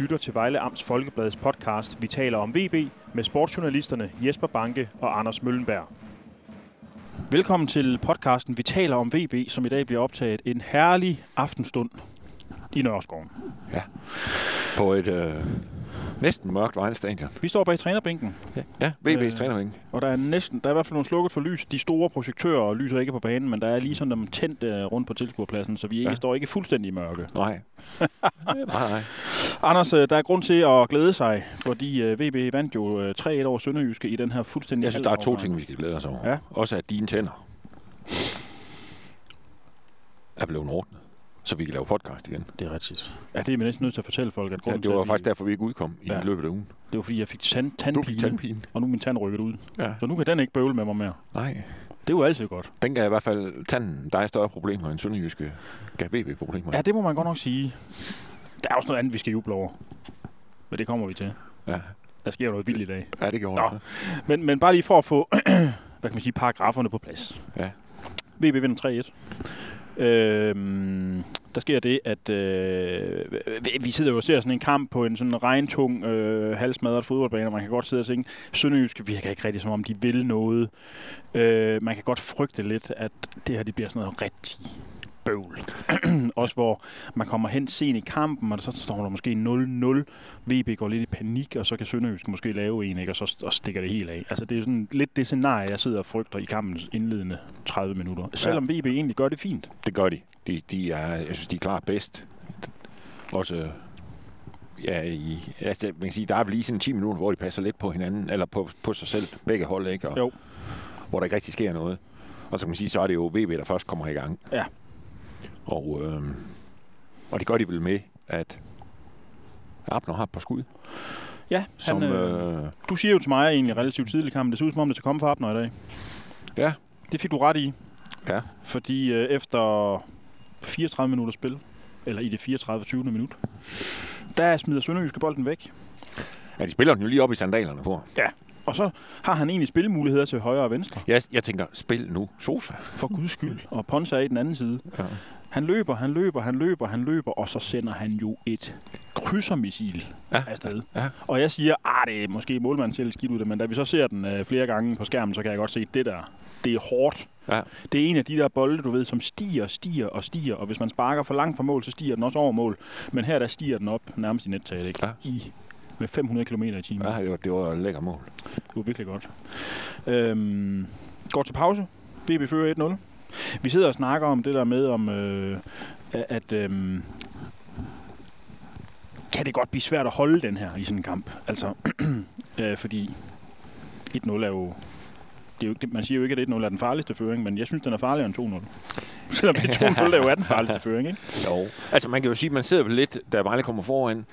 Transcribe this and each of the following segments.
lytter til Vejle Amts Folkebladets podcast Vi taler om VB med sportsjournalisterne Jesper Banke og Anders Møllenberg. Velkommen til podcasten Vi taler om VB, som i dag bliver optaget en herlig aftenstund i Nørreskoven. Ja, på et næsten mørkt Vejle Stadion. Vi står bag trænerbænken. Ja, VB's trænerbænken. Og der er i hvert fald nogle slukket for lys. De store projektører lyser ikke på banen, men der er lige sådan dem tændt rundt på tilskuerpladsen, så vi står ikke fuldstændig i mørke. Nej. Nej. Anders, der er grund til at glæde sig, fordi VB vandt jo 3-1 over Sønderjyske i den her fuldstændig... Jeg synes, der er to ting, vi skal glæde os over. Ja. Også at dine tænder er blevet ordnet, så vi kan lave podcast igen. Det er rigtigt. Ja, det er vi næsten nødt til at fortælle folk. At det var faktisk derfor, vi ikke udkom i løbet af ugen. Det var fordi, jeg fik tandpine, og nu er min tand rykket ud. Ja. Så nu kan den ikke bøvle med mig mere. Nej. Det er jo altid godt. Den gav i hvert fald tanden, der er større problemer end Sønderjyske gav VB-problemer. Ja, det må man godt nok sige. Der er også noget andet, vi skal juble over. Men det kommer vi til. Ja. Der sker noget vildt i dag. Ja, det gjorde det. Men bare lige for at få hvad kan man sige, paragraferne på plads. Ja. VB vinder 3-1. Der sker det, at vi sidder jo og ser sådan en kamp på en sådan regntung, halsmadret fodboldbane, og man kan godt sidde og tænke, Sønderjyske virker ikke rigtig, som om de vil noget. Man kan godt frygte lidt, at det her det bliver sådan noget rigtig bøvl. Også hvor man kommer hen sent i kampen, og så står der måske 0-0. VB går lidt i panik, og så kan Sønderjysk måske lave en, ikke? Og så stikker det helt af. Altså det er sådan lidt det scenarie, jeg sidder og frygter i kampens indledende 30 minutter. Selvom VB egentlig gør det fint. Det gør de. Jeg synes, de er klart bedst. Også man kan sige, der er lige sådan 10 minutter, hvor de passer lidt på hinanden, eller på sig selv, begge hold, ikke? Og, hvor der ikke rigtig sker noget. Og så kan man sige, så er det jo VB, der først kommer i gang. Ja. Og det gør de vel med, at Abner har et par skud. Ja, du siger jo til mig egentlig relativt tidligt i kampen, det ser ud som om det skal komme fra Abner i dag. Ja. Det fik du ret i. Ja. Fordi efter 34 minutter spil, eller i det 34. minut, der smider Sønderjyske bolden væk. Ja, de spiller den jo lige op i sandalerne på. Ja. Og så har han egentlig spillemuligheder til højre og venstre. Jeg tænker, spil nu Sosa. For guds skyld. Og Ponce er i den anden side. Ja. Han løber, og så sender han jo et krydsermissil afsted. Ja. Og jeg siger, det er måske målmanden selv skidt ud det, men da vi så ser den flere gange på skærmen, så kan jeg godt se, at det er hårdt. Ja. Det er en af de der bolde, du ved, som stiger, og hvis man sparker for langt fra mål, så stiger den også over mål. Men her, der stiger den op nærmest i nettaget, ikke? Ja. Med 500 km i timen. Ja, det var et lækker mål. Det var virkelig godt. Går til pause. VB fører 1-0. Vi sidder og snakker om det der med, kan det godt blive svært at holde den her i sådan en kamp. Altså, fordi 1-0 er jo... Det er jo ikke, man siger jo ikke, at 1-0 er den farligste føring, men jeg synes, den er farligere end 2-0. Selvom det 2-0 er jo den farligste føring, ikke? Jo. Altså, man kan jo sige, at man sidder lidt, da Vejle kommer foran.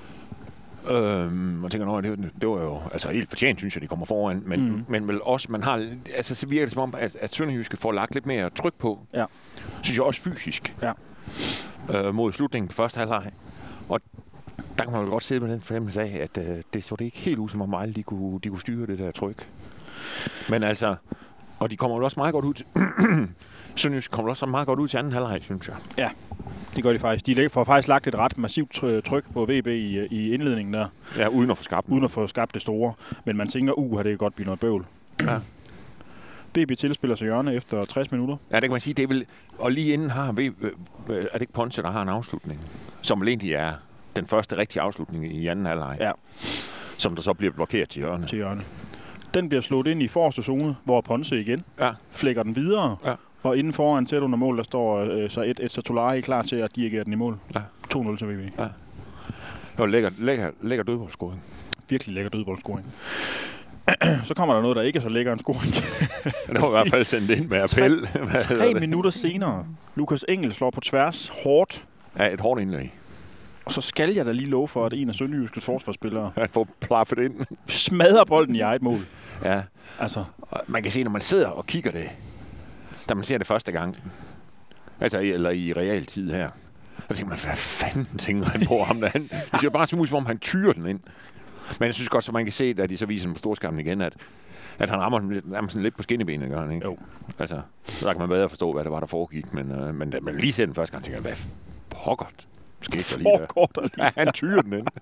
Man tænker, det var jo altså helt fortjent, synes jeg, de kommer foran. Men vel også, man har... Altså, så virker det som om, at Sønderjyske får lagt lidt mere tryk på. Ja. Synes jeg også fysisk. Ja. Mod slutningen på første halvleg. Og der kan man jo godt sidde med den fornemmelse af, at det så det ikke helt ud, som om Vejle de kunne styre det der tryk. Men altså... Og de kommer jo også meget godt ud til... Sønderjyske kommer også meget godt ud til anden halvleg, synes jeg. Ja. Det gør de faktisk. De får faktisk lagt et ret massivt tryk på VB i indledningen der. Ja, uden at få skabt det store. Men man tænker, har det godt blive noget bøvl. Ja. VB tilspiller sig hjørne efter 60 minutter. Ja, det kan man sige. Det er vel, og lige inden har VB, er det ikke Ponce, der har en afslutning? Som vel egentlig er den første rigtige afslutning i anden halvleg. Ja. Som der så bliver blokeret til hjørne. Den bliver slået ind i forreste zone, hvor Ponce igen flækker den videre. Ja. Og inden foran tæt under mål, der står så et Satolari klar til at dirigere den i mål. Ja. 2-0 til VB. Ja. Det var lækker dødboldsscoring. Virkelig lækker dødboldsscoring. Så kommer der noget, der ikke er så lækker en scoring. Det var i hvert fald sendt ind med appel. 3 minutter senere. Lukas Engel slår på tværs hårdt. Ja, et hårdt indlæg. Og så skal jeg da lige love for, at en af Sønderjyskes forsvarsspillere... Han får plaffet ind. Smadrer bolden i eget mål. Ja. Altså. Man kan se, når man sidder og kigger det, da man ser det første gang, altså eller i realtid her, så tænker man, hvad fanden tænker han på ham? Det ser bare som om han tyrer den ind. Men jeg synes godt, så man kan se, at de så viser den på storskærmen igen, at han rammer sådan lidt på skinnebenet, gør han, ikke? Jo. Altså, så kan man bedre forstå, hvad det var, der foregik. Men lige ser den første gang, tænker jeg, hvad pokkert skete der lige der. Ja, han tyrer den ind.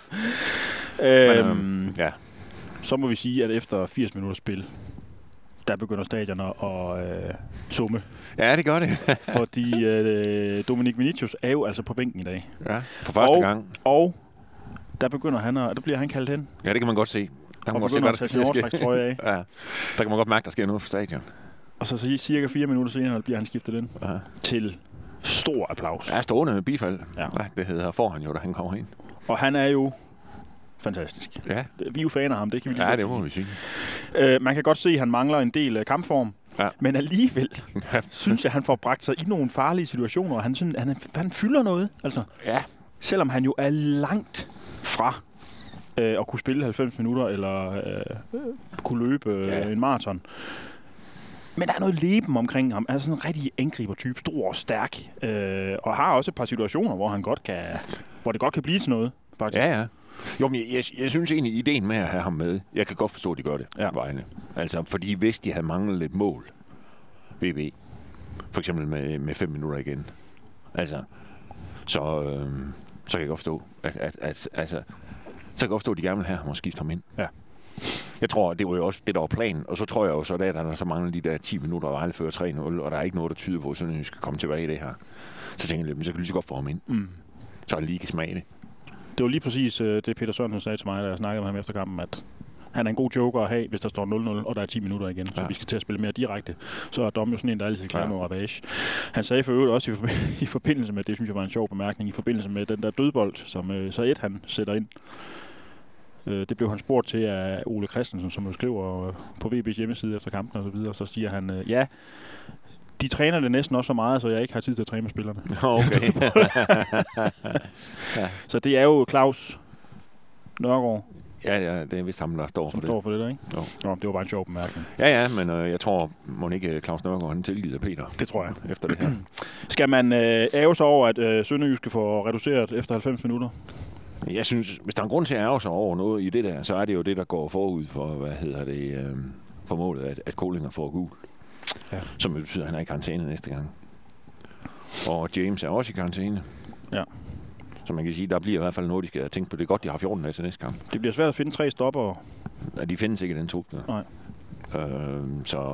Ja. Så må vi sige, at efter 80 minutter spil, der begynder stadioner at summe. Ja, det gør det. Fordi Dominik Vinicius er jo altså på bænken i dag. Ja, for første gang. Og der bliver han kaldt hen. Ja, det kan man godt se. Der kan man godt se, sin overtrækstrøje af. Ja, der kan man godt mærke, der sker noget på stadion. Og så cirka 4 minutter senere bliver han skiftet ind til stor applaus. Ja, stående med bifald. Ja, det hedder får han jo, da han kommer ind. Og han er jo fantastisk. Ja. Vi er jo fan af ham, det kan vi lige det må vi sige. Man kan godt se, at han mangler en del kampform. Ja. Men alligevel synes jeg, han får bragt sig i nogle farlige situationer, og han fylder noget. Altså, selvom han jo er langt fra at kunne spille 90 minutter, eller kunne løbe en maraton. Men der er noget leben omkring ham. Han er sådan en rigtig angriber-type, stor og stærk. Og har også et par situationer, hvor det godt kan blive til noget, faktisk. Ja. Jo, men jeg synes egentlig, ideen med at have ham med, jeg kan godt forstå, at de gør det. Vejene. Altså, fordi hvis de havde manglet et mål, VB, for eksempel med 5 minutter igen, altså, så kan jeg godt forstå, så kan jeg godt forstå, at de gerne vil have ham og skifte ham ind. Ja. Jeg tror, det var jo også det, der var planen, og så tror jeg jo så, at der så mangler de der 10 minutter og Vejle fører 3-0, og der er ikke noget, der tyder på, at vi skal komme tilbage i det her. Så tænker jeg, så kan vi lige så godt få ham ind. Så han lige kan smage det. Det var lige præcis det, Peter Sørensen sagde til mig, da jeg snakkede med ham efter kampen, at han er en god joker at have, hvis der står 0-0, og der er 10 minutter igen, så vi skal til at spille mere direkte. Så er Dom jo sådan en, der altid klarer noget ravage. Han sagde for øvrigt også i forbindelse med, det synes jeg var en sjov bemærkning, i forbindelse med den der dødbold, som så han sætter ind. Det blev han spurgt til af Ole Christensen, som jo skriver på VB's hjemmeside efter kampen og så videre. Så siger han, de træner det næsten også så meget, så jeg ikke har tid til at træne med spillerne. Okay. Så det er jo Claus Nørgaard. Ja, det er vist ham, der står for det. Står for det, der, ikke? Jo, det var bare en sjov bemærkning. Ja, men jeg tror, må ikke Claus Nørgaard han tilgiver Peter. Det tror jeg. Efter det her. Skal man ære sig over, at Sønderjyske får reduceret efter 90 minutter? Jeg synes, hvis der er en grund til at ærge sig over noget i det der, så er det jo det, der går forud for, for målet, at Kolding får gul. Ja. Som betyder, at han er i karantæne næste gang. Og James er også i karantæne. Ja. Så man kan sige, der bliver i hvert fald noget, de skal tænke på. Det er godt, de har 14 dage til næste kamp. Det bliver svært at finde 3 stopper. Ja, de findes ikke i den trup der. Nej. Så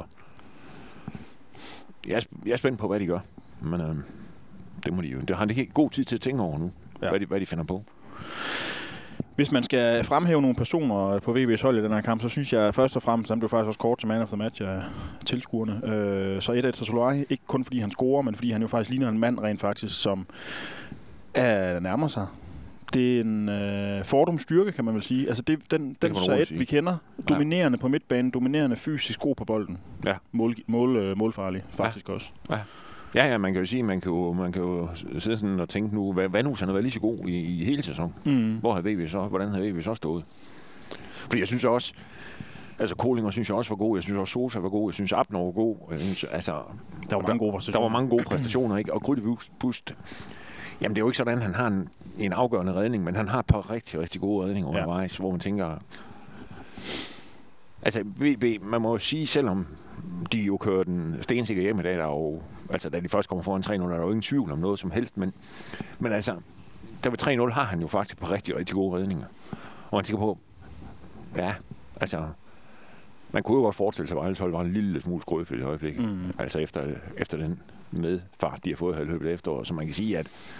jeg er spændt på, hvad de gør. Men det må de jo. Det har de ikke god tid til at tænke over nu, hvad de finder på. Hvis man skal fremhæve nogle personer på VB's hold i den her kamp, så synes jeg først og fremmest, han blev faktisk også kort til man of the match af tilskuerne. Så Eder Solari, ikke kun fordi han scorer, men fordi han jo faktisk ligner en mand rent faktisk, som nærmer sig. Det er en fordomsstyrke, kan man vel sige. Altså den Saed, vi kender, dominerende på midtbanen, dominerende fysisk god på bolden. Ja. Målfarlig faktisk også. Ja. Ja, man kan jo sige, man kan jo sidde sådan og tænke nu, hvad nu, så han har været lige så god i hele sæsonen. Hvordan havde VB så stået? Fordi jeg synes også, altså Kolding synes jeg også var god, jeg synes også Sosa var god, jeg synes Abner var god. Der var mange gode præstationer, ikke? Og Grydebust, jamen det er jo ikke sådan, han har en afgørende redning, men han har et par rigtig, rigtig gode redninger undervejs, hvor man tænker, altså VB, man må jo sige, selvom de jo kører den stensikker hjem i dag, altså da de først kommer foran 3-0, er der jo ingen tvivl om noget som helst, men altså, der ved 3-0 har han jo faktisk på rigtig, rigtig gode redninger. Og man tænker på, altså, man kunne jo godt forestille sig, at Vejles hold var en lille smule skrøbeligt i øjeblikket. Altså efter den medfart, de har fået i løbet af efteråret, så man kan sige,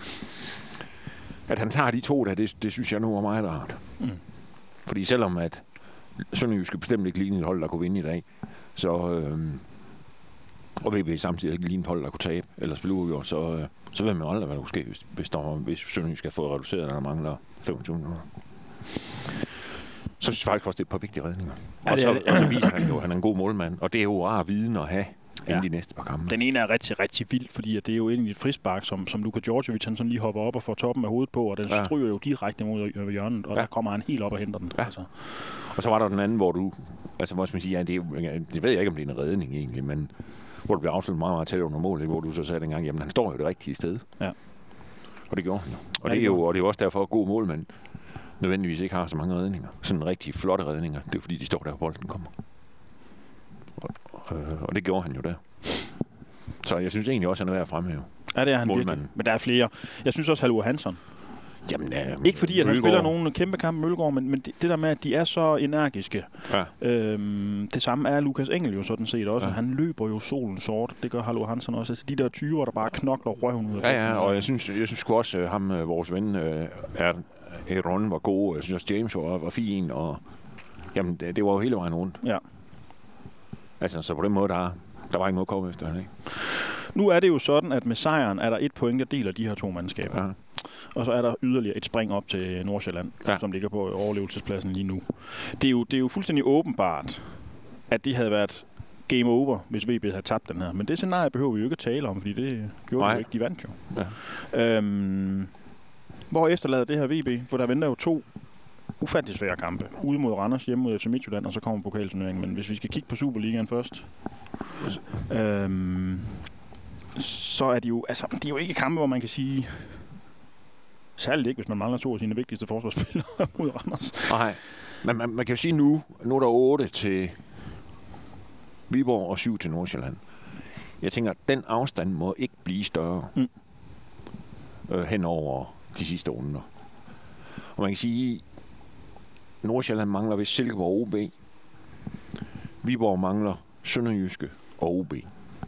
at han tager de 2 der, det synes jeg nu er meget rart. Fordi selvom at Sønderjyske bestemt ikke lignede et hold, der kunne vinde i dag, så og VB samtidig ikke lignede et hold, der kunne tabe eller spille uafgjort, så ved man jo aldrig, hvad der kunne ske, hvis Sønderjyske skal få reduceret, når der mangler 25 minutter. Så synes jeg faktisk også, det er et par vigtige redninger. Og så viser han jo, at han er en god målmand, og det er jo rar viden at have inden de næste par kampe. Den ene er rigtig, rigtig vild, fordi det er jo egentlig et frispark, som Luka Djordjevic han sådan lige hopper op og får toppen af hovedet på, og den stryger jo direkte mod hjørnet, og der kommer han helt op og henter den. Ja. Altså. Og så var der den anden, hvor du, altså hvor man siger, det ved jeg ikke, om det er en redning egentlig, men hvor du bliver afsluttet meget, meget tæt under målet, hvor du så sagde dengang, jamen han står jo det rigtige sted. Ja. Og det gjorde han jo. Og det er jo også derfor, at god målmand nødvendigvis ikke har så mange redninger. Sådan rigtig flotte redninger. Det er fordi, de står der, hvor bolden kommer. Og det gjorde han jo der. Så jeg synes egentlig også, han er værd at fremhæve. Ja, det er han virkelig. Men der er flere. Jeg synes også, Halvor Hansson. Jamen, ikke fordi, at han spiller nogen kæmpe kamp med Mølgaard, men det der med, at de er så energiske. Ja. Det samme er Lukas Engel jo sådan set også. Ja. Han løber jo solen sort. Det gør Halvor Hansson også. Altså de der 20'er, der bare knokler røven ud af. Ja, og jeg synes sgu også, ham, vores ven, Aaron var god. Jeg synes også, James var fin. Og jamen, det var jo hele vejen rundt. Ja. Altså, så på den måde, der var ikke noget at komme efter. Ikke? Nu er det jo sådan, at med sejren er der 1 point, der deler de her 2 mandskaber. Ja. Og så er der yderligere et spring op til Nordsjælland, som ligger på overlevelsespladsen lige nu. Det er jo fuldstændig åbenbart, at det havde været game over, hvis VB havde tabt den her. Men det scenarie behøver vi jo ikke at tale om, fordi det gjorde de jo ikke. De vandt jo. Ja. Hvor efterlader det her VB? For der venter jo 2 ufattelig svære kampe. Ude mod Randers, hjemme mod FC Midtjylland, og så kommer pokalturneringen. Men hvis vi skal kigge på Superligaen først, så er de er jo ikke kampe, hvor man kan sige... Særligt ikke, hvis man mangler 2 af sine vigtigste forsvarsspillere mod Randers. Nej, men man kan jo sige nu er der 8 til Viborg og 7 til Nordsjælland. Jeg tænker, at den afstand må ikke blive større hen over de sidste runder. Og man kan sige, at Nordsjælland mangler ved Silkeborg og OB. Viborg mangler Sønderjyske og OB.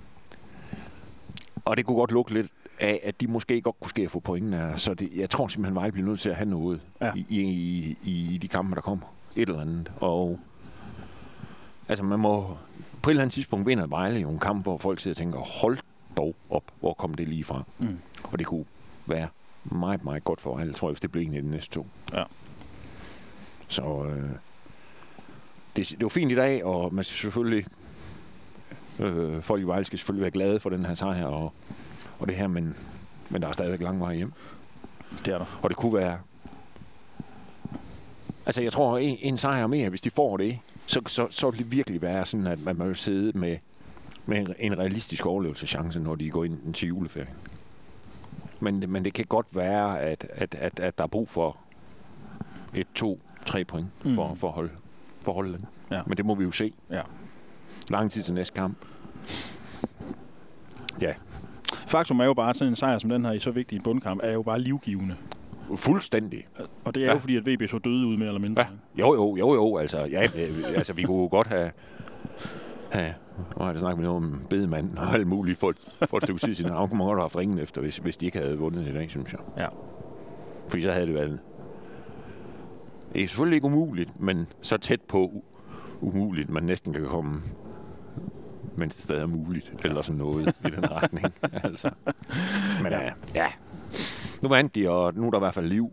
Og det kunne godt lukke lidt af, at de måske godt kunne ske at få pointen af. Så jeg tror simpelthen, at Vejle bliver nødt til at have noget i de kampe, der kommer. Et eller andet. Og altså, man må på et eller andet tidspunkt vinde Vejle jo en kamp, hvor folk sidder og tænker, hold dog op, hvor kom det lige fra? Mm. Og det kunne være meget, meget godt for Vejle, tror jeg, hvis det blev en af de næste 2. Ja. Så det var fint i dag, og man skal selvfølgelig folk i Vejle skal selvfølgelig være glade for den her sejr, og det her, men der er stadigvæk lang vej hjem. Det er der. Og det kunne være... Altså, jeg tror, en sejr mere, hvis de får det, så vil det virkelig være sådan, at man vil sidde med en realistisk overlevelseschance, når de går ind til juleferien. Men det kan godt være, at der er brug for 2-3 point for at holde den. Ja. Men det må vi jo se. Ja. Lang tid til næste kamp. Ja. Faktum er jo bare, at sådan en sejr som den her i så vigtig en bundkamp, er jo bare livgivende. Fuldstændig. Og det er jo fordi, at VB så døde ud mere eller mindre. Ja. Jo. Altså, vi kunne godt have nu har jeg snakket med noget om bedemand og alt muligt for et stykke tid siden. Han kunne godt have haft ringen efter, hvis de ikke havde vundet i dag, synes jeg. Ja. Fordi så havde det været... Det er selvfølgelig ikke umuligt, men så tæt på umuligt, man næsten kan komme... mens det stadig er muligt, eller sådan noget i den retning. Altså. Men ja, nu vandt de, og nu er der i hvert fald liv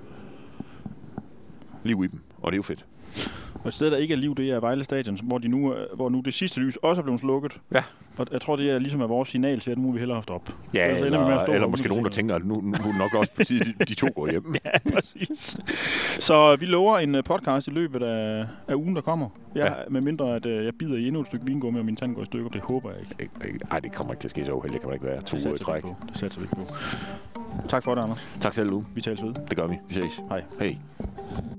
i dem, og det er jo fedt. Og et sted, der ikke er liv, det er Vejle Stadion, hvor nu det sidste lys også er blevet slukket. Ja. Og jeg tror, det er ligesom af vores signal til, at nu må vi hellere stoppe. Ja, eller måske nogen, der tænker, at nu nok også på de 2 går hjem. Ja, præcis. Så vi lover en podcast i løbet af ugen, der kommer. Med mindre, at jeg bider i endnu et stykke vingummi, og min tand går i stykker. Det håber jeg ikke. Nej, det kommer ikke til at ske så uheldigt. Det kan man ikke være 2 år i træk. Det satser vi ikke på. Tak for det, Anders. Tak selv, du. Vi tales ved. Det gør vi. Vi ses. Hej. Hej.